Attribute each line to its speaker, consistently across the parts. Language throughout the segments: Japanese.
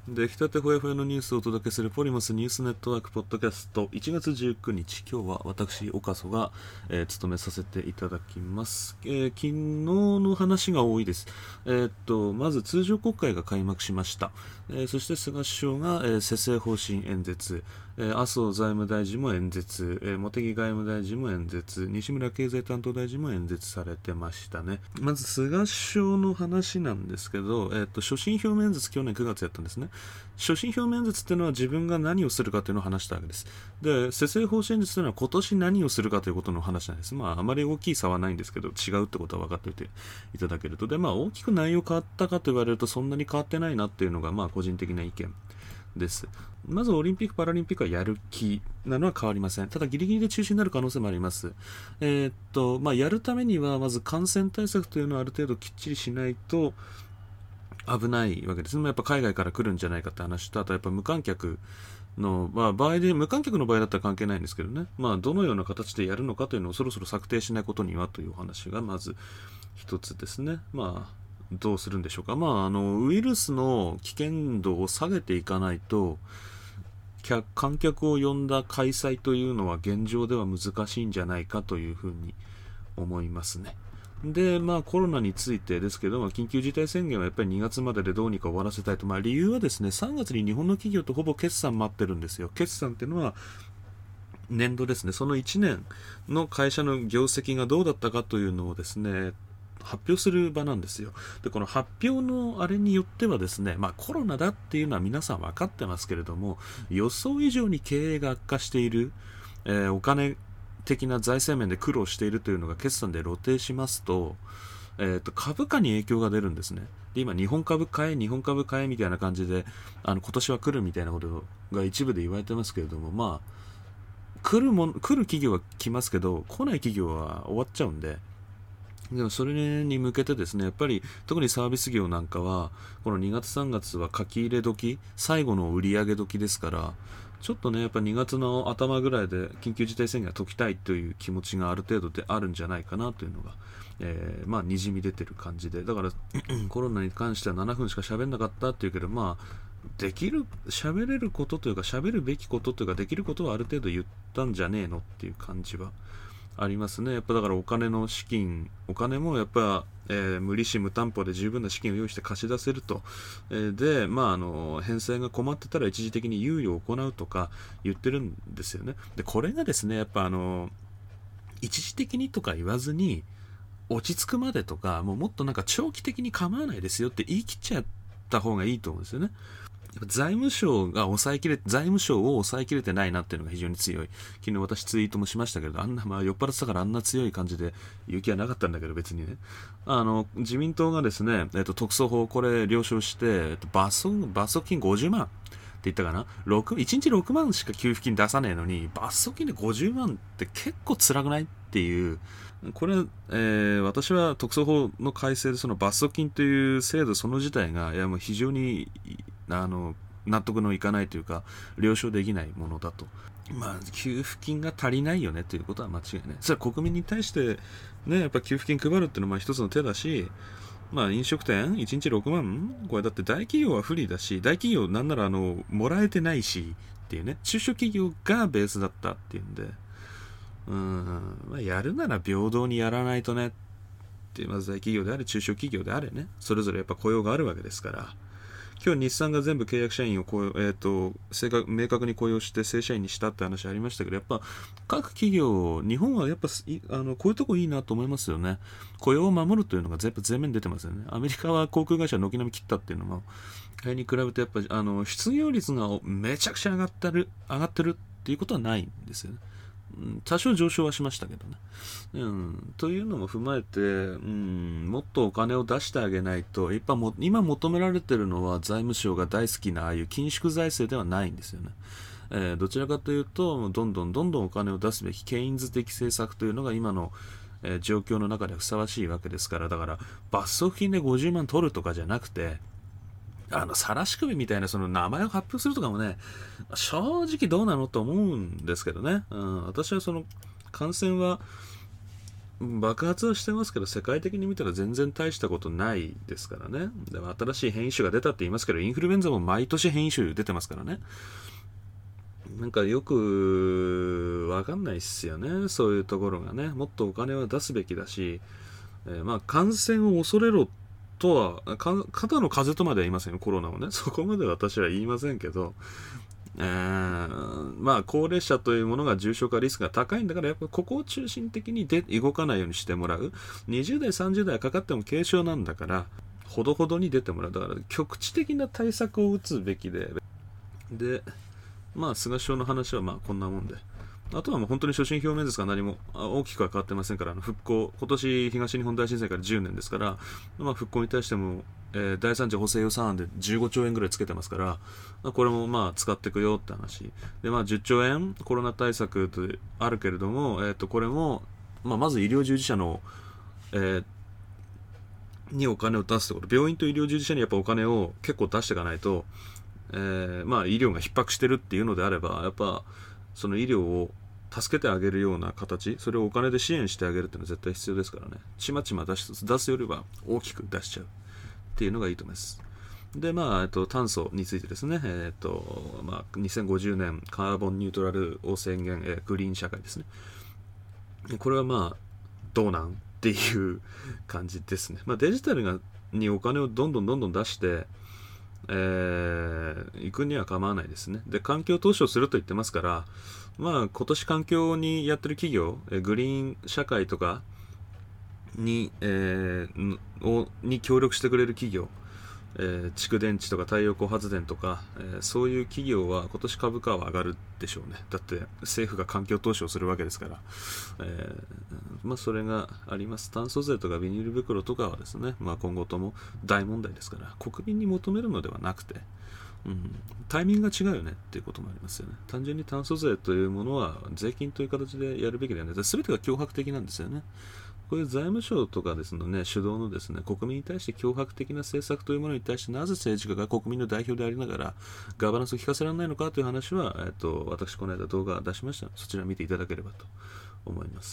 Speaker 1: できたてほやほやのニュースをお届けするポリモスニュースネットワークポッドキャスト1月19日、今日は私岡曽が、務めさせていただきます。昨日の話が多いです。まず通常国会が開幕しました。そして菅首相が、施政方針演説、麻生財務大臣も演説、茂木外務大臣も演説、西村経済担当大臣も演説されてましたね。まず菅首相の話なんですけど、所信表明演説去年9月やったんですね。所信表明演説っていうのは自分が何をするかというのを話したわけです。で、施政方針演説というのは今年何をするかということの話なんです。あまり大きい差はないんですけど、違うってことは分かっておいていただけると。で、大きく内容変わったかと言われるとそんなに変わってないなっていうのが、個人的な意見です。まずオリンピック・パラリンピックはやる気なのは変わりません。ただギリギリで中止になる可能性もあります。やるためにはまず感染対策というのをある程度きっちりしないと危ないわけです。やっぱ海外から来るんじゃないかって話と、あとやっぱ無観客の、場合で、無観客の場合だったら関係ないんですけどね。どのような形でやるのかというのをそろそろ策定しないことにはというお話がまず一つですね。どうするんでしょうか。ウイルスの危険度を下げていかないと、観客を呼んだ開催というのは現状では難しいんじゃないかというふうに思いますね。で、コロナについてですけど、緊急事態宣言はやっぱり2月まででどうにか終わらせたいと。理由はですね、3月に日本の企業とほぼ決算待ってるんですよ。決算っていうのは年度ですね。その1年の会社の業績がどうだったかというのをですね、発表する場なんですよ。で、この発表のあれによってはですね、コロナだっていうのは皆さん分かってますけれども、予想以上に経営が悪化している、お金的な財政面で苦労しているというのが決算で露呈しますと、株価に影響が出るんですね。で、今日本株買えみたいな感じで、今年は来るみたいなことが一部で言われてますけれども、来る企業は来ますけど、来ない企業は終わっちゃうんで、でもそれに向けてですね、やっぱり特にサービス業なんかはこの2月3月は書き入れ時、最後の売り上げ時ですから、ちょっとね、やっぱ2月の頭ぐらいで緊急事態宣言が解きたいという気持ちがある程度であるんじゃないかなというのが、にじみ出てる感じで、だからコロナに関しては7分しか喋んなかったっていうけど、喋れることというか喋るべきことというかできることはある程度言ったんじゃねえのっていう感じはありますね。やっぱだからお金もやっぱ、無利子無担保で十分な資金を用意して貸し出せると、で、返済が困ってたら一時的に猶予を行うとか言ってるんですよね。で、これがですね、やっぱ一時的にとか言わずに落ち着くまでとか、もっとなんか長期的に構わないですよって言い切っちゃった方がいいと思うんですよね。財務省を抑えきれてないなっていうのが非常に強い。昨日私ツイートもしましたけど、酔っ払ってたからあんな強い感じで勇気はなかったんだけど、別にね。自民党がですね、特措法これ了承して、罰則金50万って言ったかな。1日6万しか給付金出さねえのに、罰則金で50万って結構辛くないっていう。これ、私は特措法の改正でその罰則金という制度その自体がもう非常に納得のいかないというか了承できないものだと。給付金が足りないよねということは間違いない。それは国民に対してね、やっぱ給付金配るっていうのは一つの手だし、飲食店1日6万、これだって大企業は不利だし、大企業なんならもらえてないしっていうね、中小企業がベースだったっていうんで、やるなら平等にやらないとねって、まず大企業であれ中小企業であれね、それぞれやっぱ雇用があるわけですから。今日日産が全部契約社員を明確に雇用して正社員にしたって話ありましたけど、やっぱ各企業、日本はやっぱこういうとこいいなと思いますよね。雇用を守るというのが全部前面に出てますよね。アメリカは航空会社軒並み切ったっていうのも、あれに比べてやっぱ失業率がめちゃくちゃ上がってるっていうことはないんですよね。多少上昇はしましたけどね。というのも踏まえて、もっとお金を出してあげないと、今求められているのは財務省が大好きなああいう緊縮財政ではないんですよね。どちらかというと、どんどんお金を出すべきケインズ的政策というのが今の、状況の中でふさわしいわけですから、だから罰則金で50万取るとかじゃなくて、晒し首みたいなその名前を発表するとかもね、正直どうなのと思うんですけどね。私はその感染は爆発はしてますけど、世界的に見たら全然大したことないですからね。でも新しい変異種が出たって言いますけど、インフルエンザも毎年変異種出てますからね。なんかよくわかんないっすよね、そういうところがね。もっとお金は出すべきだし、まあ感染を恐れろとは、肩の風邪とまでは言いませんよ、コロナをね。そこまで私は言いませんけど、まあ高齢者というものが重症化リスクが高いんだから、やっぱここを中心的に動かないようにしてもらう。20代30代かかっても軽症なんだから、ほどほどに出てもらう。だから局地的な対策を打つべきで、まあ菅首相の話はまあこんなもんで、あとはもう本当に所信表明ですが何も大きくは変わってませんから、復興、今年東日本大震災から10年ですから、まあ、復興に対しても、第3次補正予算案で15兆円ぐらいつけてますから、これもまあ使っていくよって話で、まあ、10兆円コロナ対策とあるけれども、これも、まあ、まず医療従事者の、にお金を出すところ、病院と医療従事者にやっぱお金を結構出していかないと、まあ医療が逼迫してるっていうのであれば、やっぱその医療を助けてあげるような形、それをお金で支援してあげるっていうのは絶対必要ですからね。ちまちま出すよりは大きく出しちゃうっていうのがいいと思います。で、まあ、炭素についてですね、まあ、2050年カーボンニュートラルを宣言、グリーン社会ですね。これはまあ、どうなんっていう感じですね。まあ、デジタルにお金をどんどん出して、行くには構わないですね。で、環境投資をすると言ってますから、まあ、今年環境にやってる企業、グリーン社会とかに協力してくれる企業、蓄電池とか太陽光発電とか、そういう企業は今年株価は上がるでしょうね。だって政府が環境投資をするわけですから、まあそれがあります。炭素税とかビニール袋とかはですね、まあ今後とも大問題ですから、国民に求めるのではなくて、タイミングが違うよねっていうこともありますよね。単純に炭素税というものは税金という形でやるべきではない。全てが脅迫的なんですよね。こういう財務省とかですのね、主導のですね、国民に対して脅迫的な政策というものに対して、なぜ政治家が国民の代表でありながらガバナンスを聞かせられないのかという話は、私この間動画出しましたので、そちら見ていただければと思います。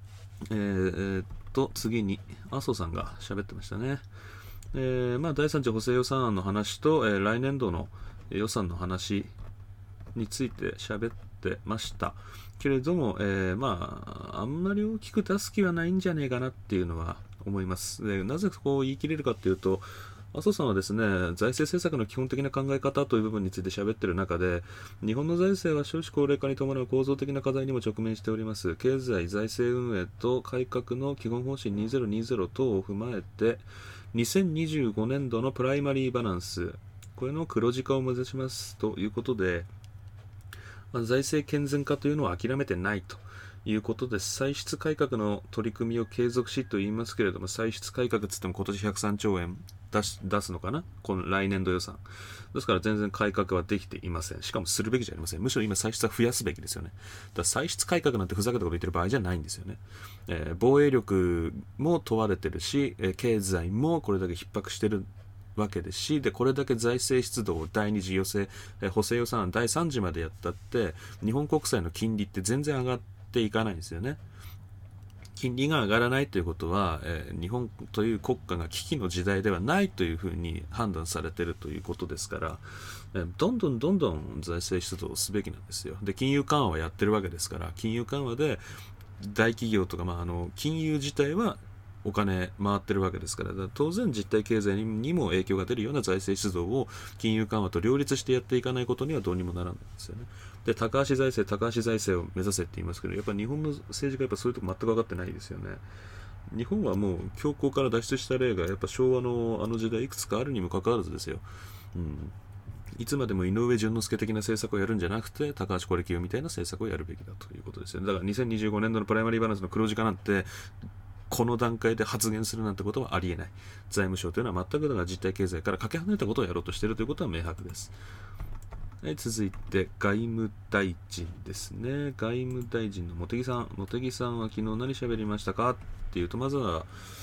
Speaker 1: 次に麻生さんが喋ってましたね。まあ、第3次補正予算案の話と、来年度の予算の話について喋ってましたけれども、まあ、あんまり大きく出す気はないんじゃねえかなっていうのは思います。で、なぜこう言い切れるかっていうと、麻生さんはですね、財政政策の基本的な考え方という部分について喋っている中で、日本の財政は少子高齢化に伴う構造的な課題にも直面しております。経済財政運営と改革の基本方針2020等を踏まえて、2025年度のプライマリーバランス、これの黒字化を目指しますということで、財政健全化というのは諦めてないということです。歳出改革の取り組みを継続しと言いますけれども、歳出改革といっても今年103兆円出すのかな、この来年度予算ですから、全然改革はできていません。しかもするべきじゃありません。むしろ今歳出は増やすべきですよね。だから歳出改革なんてふざけたこと言ってる場合じゃないんですよね。防衛力も問われてるし、経済もこれだけ逼迫してるわけですし、でこれだけ財政出動を第2次補正予算案第3次までやったって、日本国債の金利って全然上がっていかないんですよね。金利が上がらないということは、日本という国家が危機の時代ではないというふうに判断されているということですから、どんどん財政出動をすべきなんですよ。で金融緩和はやってるわけですから、金融緩和で大企業とか、金融自体はお金回ってるわけですから、当然実体経済にも影響が出るような財政出動を金融緩和と両立してやっていかないことにはどうにもならないんですよね。で高橋財政を目指せって言いますけど、やっぱり日本の政治家やっぱそういうとこ全く分かってないですよね。日本はもう恐慌から脱出した例がやっぱ昭和のあの時代いくつかあるにもかかわらずですよ。いつまでも井上淳之介的な政策をやるんじゃなくて、高橋是清みたいな政策をやるべきだということですよね。だから2025年度のプライマリーバランスの黒字化なんてこの段階で発言するなんてことはありえない。財務省というのは全く実体経済からかけ離れたことをやろうとしているということは明白です。続いて外務大臣ですね。外務大臣の茂木さんは昨日何喋りましたかっていうと、まずは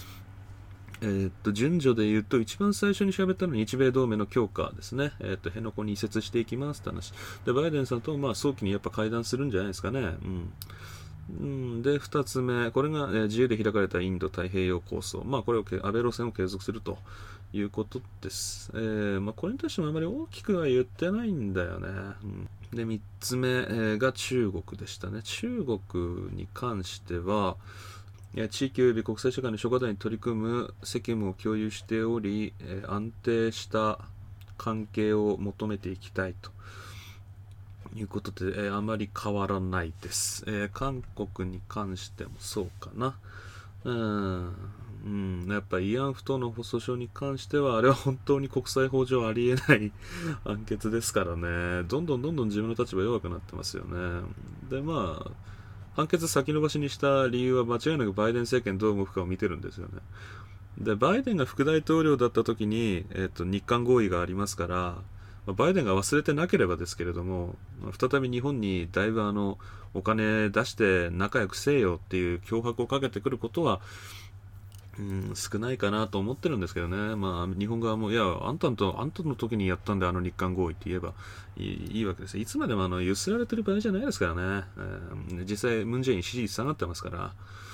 Speaker 1: 順序で言うと一番最初に喋ったのは日米同盟の強化ですね。辺野古に移設していきますって話で、バイデンさんと早期にやっぱ会談するんじゃないですかね。 で、2つ目、これが、自由で開かれたインド太平洋構想。これを安倍路線を継続するということです。これに対してもあまり大きくは言ってないんだよね。で、3つ目、が中国でしたね。中国に関しては、地域及び国際社会の諸課題に取り組む責務を共有しており、安定した関係を求めていきたいということで、あまり変わらないです。韓国に関してもそうかな。やっぱ慰安婦等の訴訟に関しては、あれは本当に国際法上ありえない判決ですからね。どんどん自分の立場弱くなってますよね。で、判決先延ばしにした理由は間違いなくバイデン政権どう動くかを見てるんですよね。で、バイデンが副大統領だった時に、日韓合意がありますから、バイデンが忘れてなければですけれども、再び日本にだいぶお金出して仲良くせえよっていう脅迫をかけてくることは、少ないかなと思ってるんですけどね。日本側も、いや、あんたの時にやったんで日韓合意って言えばいいわけですよ。いつまでもゆすられてる場合じゃないですからね。実際、ムン・ジェイン支持率下がってますから。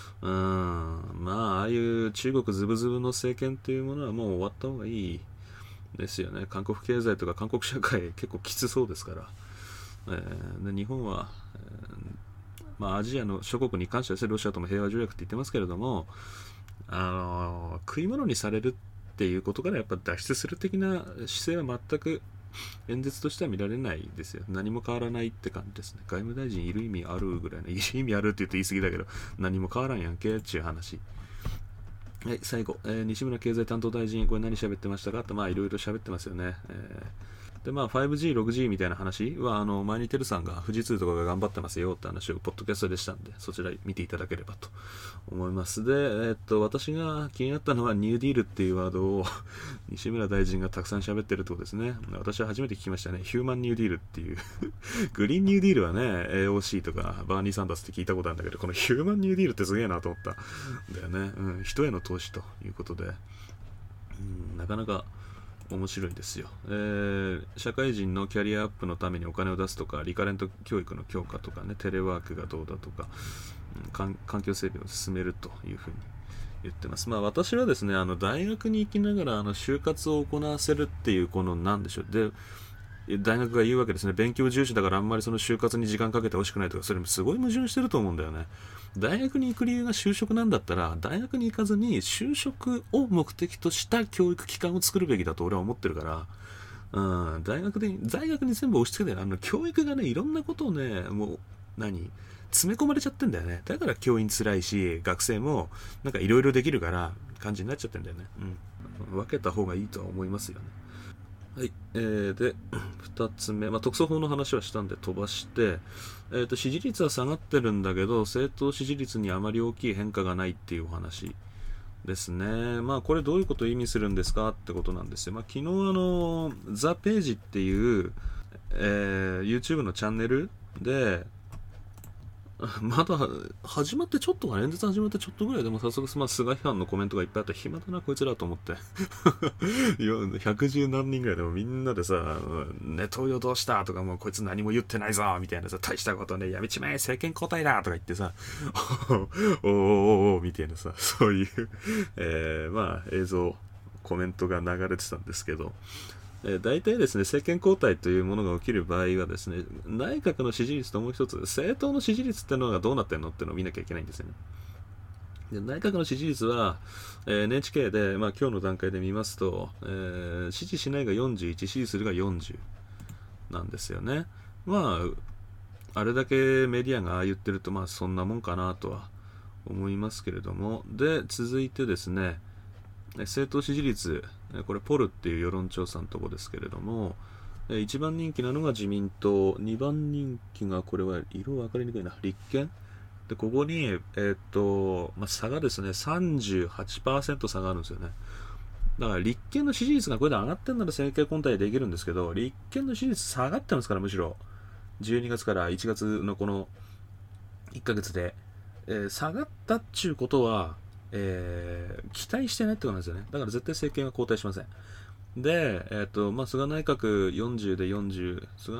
Speaker 1: ああいう中国ズブズブの政権っていうものはもう終わった方がいいですよね。韓国経済とか韓国社会結構きつそうですから。で日本は、アジアの諸国に関してはロシアとも平和条約って言ってますけれども、食い物にされるっていうことからやっぱ脱出する的な姿勢は全く演説としては見られないですよ。何も変わらないって感じですね。外務大臣いる意味あるぐらいの、いる意味あるって言うと言い過ぎだけど、何も変わらんやんけっていう話。はい、最後、西村経済担当大臣、これ何喋ってましたかって、いろいろ喋ってますよね。で、5G、6G みたいな話は、前にてるさんが富士通とかが頑張ってますよって話をポッドキャストでしたんで、そちら見ていただければと思います。で、私が気になったのはニューディールっていうワードを西村大臣がたくさん喋ってるってことですね。私は初めて聞きましたね。ヒューマンニューディールっていうグリーンニューディールはね、AOC とかバーニー・サンダースって聞いたことあるんだけど、このヒューマンニューディールってすげえなと思ったんだよね。人への投資ということで、なかなか面白いんですよ。社会人のキャリアアップのためにお金を出すとか、リカレント教育の強化とかね、テレワークがどうだとか、環境整備を進めるというふうに言ってます。私はですね、大学に行きながら就活を行わせるっていうこのなんでしょう。で、大学が言うわけですね。勉強重視だからあんまりその就活に時間かけてほしくないとか、それもすごい矛盾してると思うんだよね。大学に行く理由が就職なんだったら、大学に行かずに就職を目的とした教育機関を作るべきだと俺は思ってるから、大学に全部押し付けて、教育がね、いろんなことをね、もう、詰め込まれちゃってんだよね。だから教員辛いし、学生もなんかいろいろできるから感じになっちゃってんだよね。分けた方がいいとは思いますよね。はい、で2つ目、特措法の話はしたんで飛ばして、支持率は下がってるんだけど政党支持率にあまり大きい変化がないっていうお話ですね。これどういうことを意味するんですかってことなんですよ。昨日ザ・ページっていう、YouTube のチャンネルでまだ始まってちょっとか、演説始まってちょっとぐらいでも早速、菅批判のコメントがいっぱいあって暇だなこいつらと思って110何人ぐらいでもみんなでさ、ネトウヨどうしたとか、もうこいつ何も言ってないぞみたいなさ、大したことね、やめちまえ政権交代だとか言ってさおみたいなさ、そういう映像コメントが流れてたんですけど、大体ですね、政権交代というものが起きる場合はですね、内閣の支持率ともう一つ、政党の支持率っていうのがどうなってるのっていうのを見なきゃいけないんですよね。で内閣の支持率は、NHK で、今日の段階で見ますと、支持しないが41、支持するが40なんですよね。あれだけメディアが言ってると、そんなもんかなとは思いますけれども、で、続いてですね、政党支持率、これポルっていう世論調査のとこですけれども、1番人気なのが自民党、2番人気が、これは色分かりにくいな、立憲で、ここに、差がですね、38% 差があるんですよね。だから立憲の支持率がこれで上がってんなら政権交代できるんですけど、立憲の支持率下がってますから、むしろ12月から1月のこの1ヶ月で、下がったっちゅうことは、期待してないってことなんですよね。だから絶対政権は交代しません。で、菅内閣40で40、菅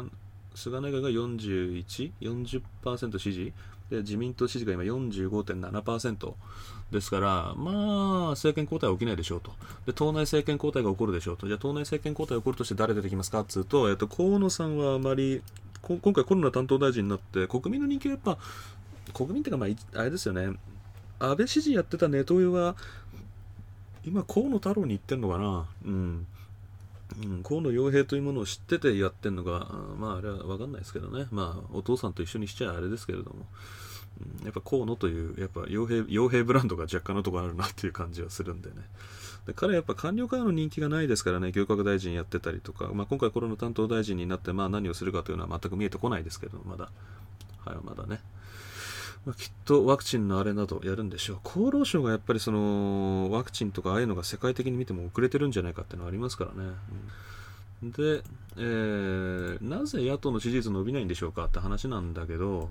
Speaker 1: 菅内閣が41、40% 支持で、自民党支持が今 45.7% ですから、まあ政権交代は起きないでしょうと。で、党内政権交代が起こるでしょうと。じゃあ党内政権交代が起こるとして誰出てきますかっつうと、河野さんはあまり今回コロナ担当大臣になって国民の人気はやっぱ、国民っていうか、まああれですよね、安倍支持やってたネトウヨが今河野太郎に言ってんのかな。河野洋平というものを知っててやってんのか、まああれは分かんないですけどね、まあお父さんと一緒にしちゃあれですけれども、やっぱ河野というやっぱ洋平ブランドが若干のところあるなっていう感じはするんでね。で、彼はやっぱ官僚からの人気がないですからね、行革大臣やってたりとか、まあ、今回コロナ担当大臣になってまあ何をするかというのは全く見えてこないですけど、まだね。まあ、きっとワクチンのあれなどやるんでしょう。厚労省がやっぱりそのワクチンとかああいうのが世界的に見ても遅れてるんじゃないかっていうのはありますからね。で、なぜ野党の支持率伸びないんでしょうかって話なんだけど、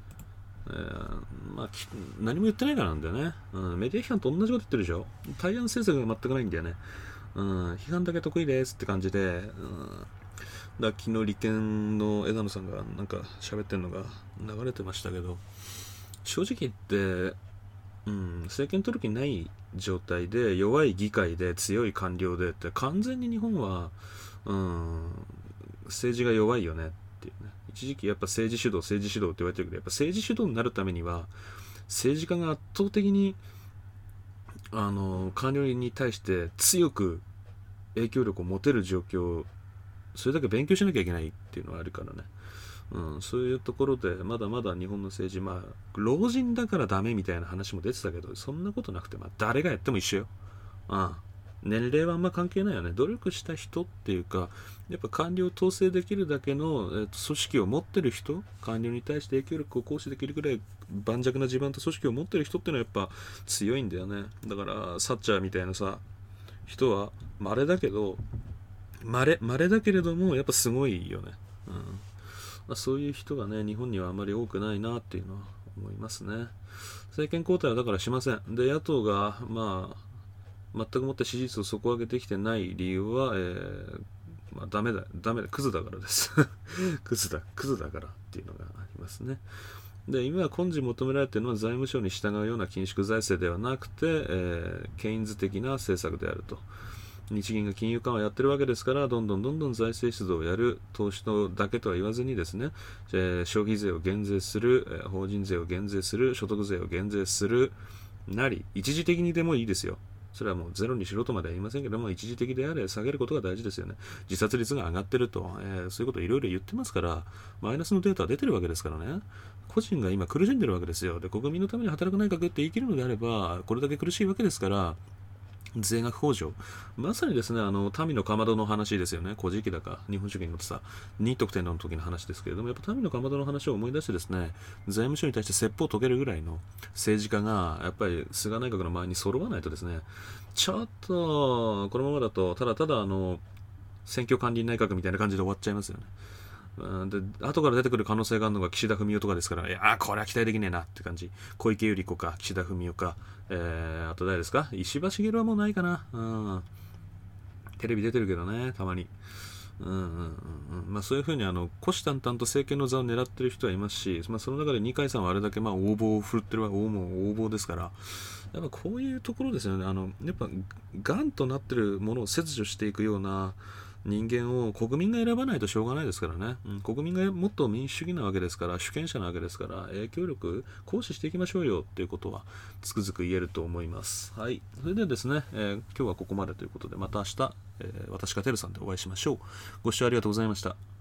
Speaker 1: まあ、何も言ってないからなんだよね、メディア批判と同じこと言ってるでしょ。対案政策が全くないんだよね、批判だけ得意ですって感じで、だ昨日立憲の枝野さんがなんか喋ってるのが流れてましたけど、正直言って、政権取る気ない状態で弱い議会で強い官僚でって完全に日本は、政治が弱いよねっていうね。一時期やっぱ政治主導って言われてるけど、やっぱ政治主導になるためには政治家が圧倒的に官僚に対して強く影響力を持てる状況、それだけ勉強しなきゃいけないっていうのはあるからね。そういうところでまだまだ日本の政治、まあ老人だからダメみたいな話も出てたけど、そんなことなくて、まあ誰がやっても一緒よ。年齢はあんま関係ないよね。努力した人っていうか、やっぱ官僚を統制できるだけの、組織を持ってる人、官僚に対して影響力を行使できるぐらい盤石な地盤と組織を持ってる人っていうのはやっぱ強いんだよね。だからサッチャーみたいなさ人は稀だけど、稀だけれどもやっぱすごいよね。そういう人がね、日本にはあまり多くないなっていうのは思いますね。政権交代はだからしません。で、野党が、全くもって支持率を底上げできてない理由は、ダメだ、クズだからです。クズだからっていうのがありますね。で、今は今時求められているのは財務省に従うような緊縮財政ではなくて、ケインズ的な政策であると。日銀が金融緩和やってるわけですから、どんどん財政出動をやる、投資のだけとは言わずにですね、消費税を減税する、法人税を減税する、所得税を減税するなり、一時的にでもいいですよ。それはもうゼロにしろとまでは言いませんけども、一時的であれ下げることが大事ですよね。自殺率が上がってると、そういうことをいろいろ言ってますから、マイナスのデータは出てるわけですからね。個人が今苦しんでるわけですよ。で、国民のために働く内閣って言い切るのであれば、これだけ苦しいわけですから、税額控除、まさにですね、民のかまどの話ですよね。古事記だか日本書紀に載ってた仁徳天皇の時の話ですけれども、やっぱ民のかまどの話を思い出してですね、財務省に対して説法を解けるぐらいの政治家がやっぱり菅内閣の前に揃わないとですね、ちょっとこのままだとただ選挙管理内閣みたいな感じで終わっちゃいますよね。で、後から出てくる可能性があるのが岸田文雄とかですから、いやこれは期待できねえなって感じ。小池百合子か岸田文雄か、あと誰ですか、石破茂はもうないかな。テレビ出てるけどね、たまに。そういうふうに虎視眈々と政権の座を狙ってる人はいますし、その中で二階さんはあれだけ横暴を振るってる横暴ですから、やっぱこういうところですよね。やっぱガンとなってるものを切除していくような人間を国民が選ばないとしょうがないですからね。国民がもっと民主主義なわけですから、主権者なわけですから、影響力行使していきましょうよっていうことはつくづく言えると思います。はい。それでですね、今日はここまでということで、また明日、私かてるさんでお会いしましょう。ご視聴ありがとうございました。